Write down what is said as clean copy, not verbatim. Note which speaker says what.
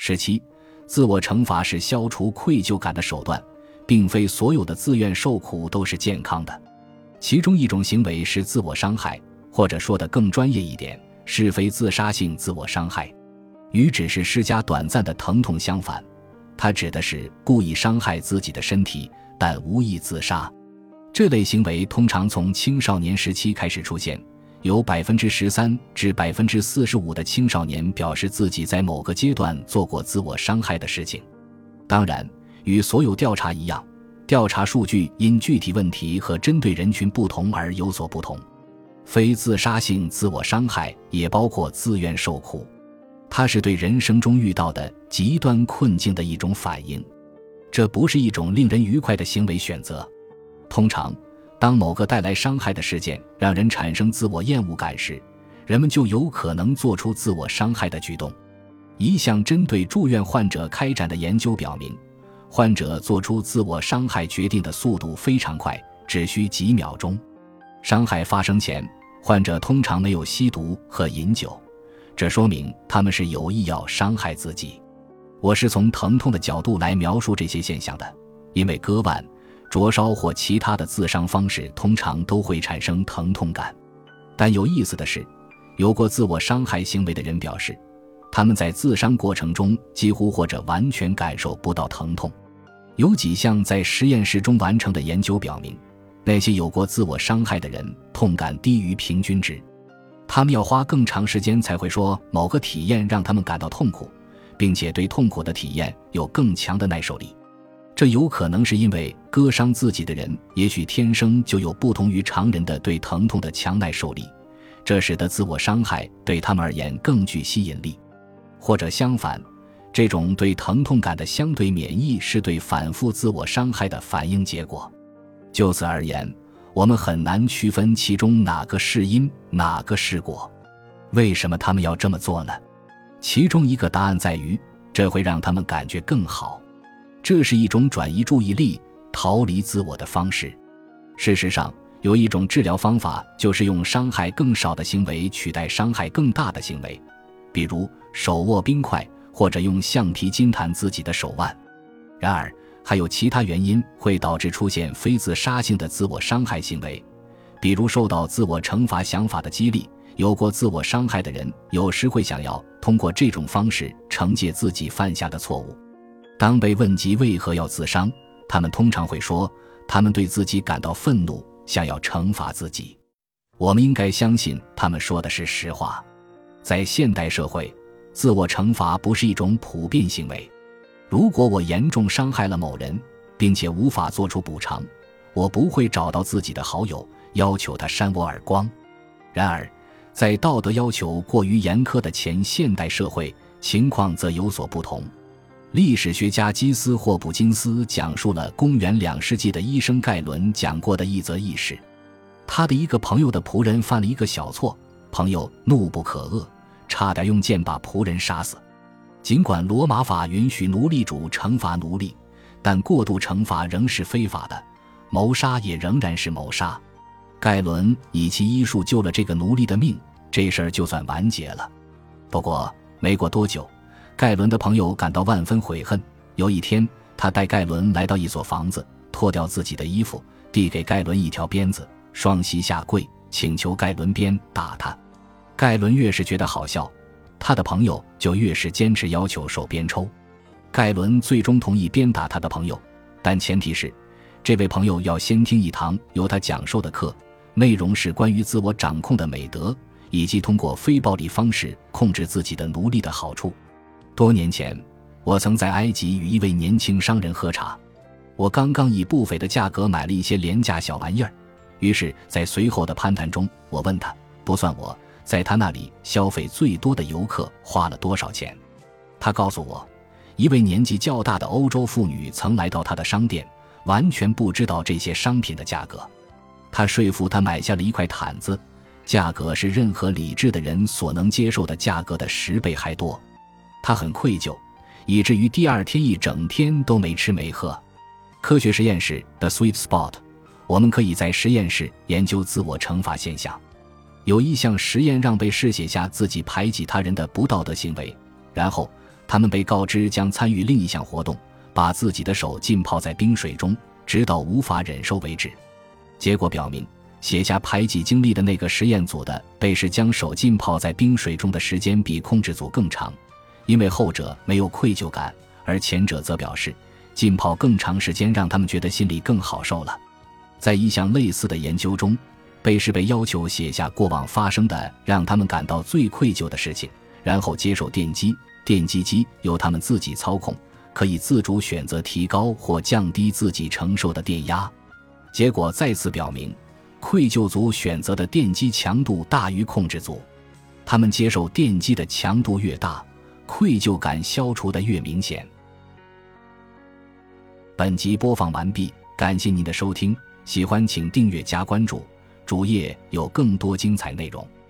Speaker 1: 17自我惩罚是消除愧疚感的手段，并非所有的自愿受苦都是健康的。其中一种行为是自我伤害，或者说得更专业一点，是非自杀性自我伤害。与只是施加短暂的疼痛相反，它指的是故意伤害自己的身体，但无意自杀。这类行为通常从青少年时期开始出现，有 13% 至 45% 的青少年表示自己在某个阶段做过自我伤害的事情。当然，与所有调查一样，调查数据因具体问题和针对人群不同而有所不同。非自杀性自我伤害也包括自愿受苦，它是对人生中遇到的极端困境的一种反应，这不是一种令人愉快的行为选择。通常当某个带来伤害的事件让人产生自我厌恶感时，人们就有可能做出自我伤害的举动。一项针对住院患者开展的研究表明，患者做出自我伤害决定的速度非常快，只需几秒钟。伤害发生前，患者通常没有吸毒和饮酒，这说明他们是有意要伤害自己。我是从疼痛的角度来描述这些现象的，因为割腕、灼烧或其他的自伤方式通常都会产生疼痛感。但有意思的是，有过自我伤害行为的人表示，他们在自伤过程中几乎或者完全感受不到疼痛。有几项在实验室中完成的研究表明，那些有过自我伤害的人痛感低于平均值，他们要花更长时间才会说某个体验让他们感到痛苦，并且对痛苦的体验有更强的耐受力。这有可能是因为割伤自己的人也许天生就有不同于常人的对疼痛的强耐受力，这使得自我伤害对他们而言更具吸引力。或者相反，这种对疼痛感的相对免疫是对反复自我伤害的反应结果。就此而言，我们很难区分其中哪个是因，哪个是果。为什么他们要这么做呢？其中一个答案在于，这会让他们感觉更好。这是一种转移注意力、逃离自我的方式。事实上，有一种治疗方法就是用伤害更少的行为取代伤害更大的行为，比如手握冰块，或者用橡皮筋弹自己的手腕。然而，还有其他原因会导致出现非自杀性的自我伤害行为，比如受到自我惩罚想法的激励。有过自我伤害的人有时会想要通过这种方式惩戒自己犯下的错误。当被问及为何要自伤，他们通常会说，他们对自己感到愤怒，想要惩罚自己。我们应该相信他们说的是实话。在现代社会，自我惩罚不是一种普遍行为。如果我严重伤害了某人，并且无法做出补偿，我不会找到自己的好友，要求他扇我耳光。然而，在道德要求过于严苛的前现代社会，情况则有所不同。历史学家基斯霍普金斯讲述了公元2世纪的医生盖伦讲过的一则轶事。他的一个朋友的仆人犯了一个小错，朋友怒不可遏，差点用剑把仆人杀死。尽管罗马法允许奴隶主惩罚奴隶，但过度惩罚仍是非法的，谋杀也仍然是谋杀。盖伦以其医术救了这个奴隶的命，这事儿就算完结了。不过没过多久，盖伦的朋友感到万分悔恨。有一天，他带盖伦来到一所房子，脱掉自己的衣服，递给盖伦一条鞭子，双膝下跪，请求盖伦鞭打他。盖伦越是觉得好笑，他的朋友就越是坚持要求受鞭抽。盖伦最终同意鞭打他的朋友，但前提是这位朋友要先听一堂由他讲授的课，内容是关于自我掌控的美德，以及通过非暴力方式控制自己的奴隶的好处。多年前，我曾在埃及与一位年轻商人喝茶，我刚刚以不菲的价格买了一些廉价小玩意儿，于是在随后的攀谈中，我问他，不算我，在他那里消费最多的游客花了多少钱。他告诉我，一位年纪较大的欧洲妇女曾来到他的商店，完全不知道这些商品的价格。他说服他买下了一块毯子，价格是任何理智的人所能接受的价格的10倍还多。他很愧疚，以至于第二天一整天都没吃没喝。科学实验室的 Sweet Spot， 我们可以在实验室研究自我惩罚现象。有一项实验让被试写下自己排挤他人的不道德行为，然后他们被告知将参与另一项活动，把自己的手浸泡在冰水中，直到无法忍受为止。结果表明，写下排挤经历的那个实验组的被试将手浸泡在冰水中的时间比控制组更长，因为后者没有愧疚感，而前者则表示浸泡更长时间让他们觉得心里更好受了。在一项类似的研究中，被试被要求写下过往发生的让他们感到最愧疚的事情，然后接受电击，电击机由他们自己操控，可以自主选择提高或降低自己承受的电压。结果再次表明，愧疚组选择的电击强度大于控制组，他们接受电击的强度越大，愧疚感消除的越明显。本集播放完毕，感谢您的收听，喜欢请订阅加关注，主页有更多精彩内容。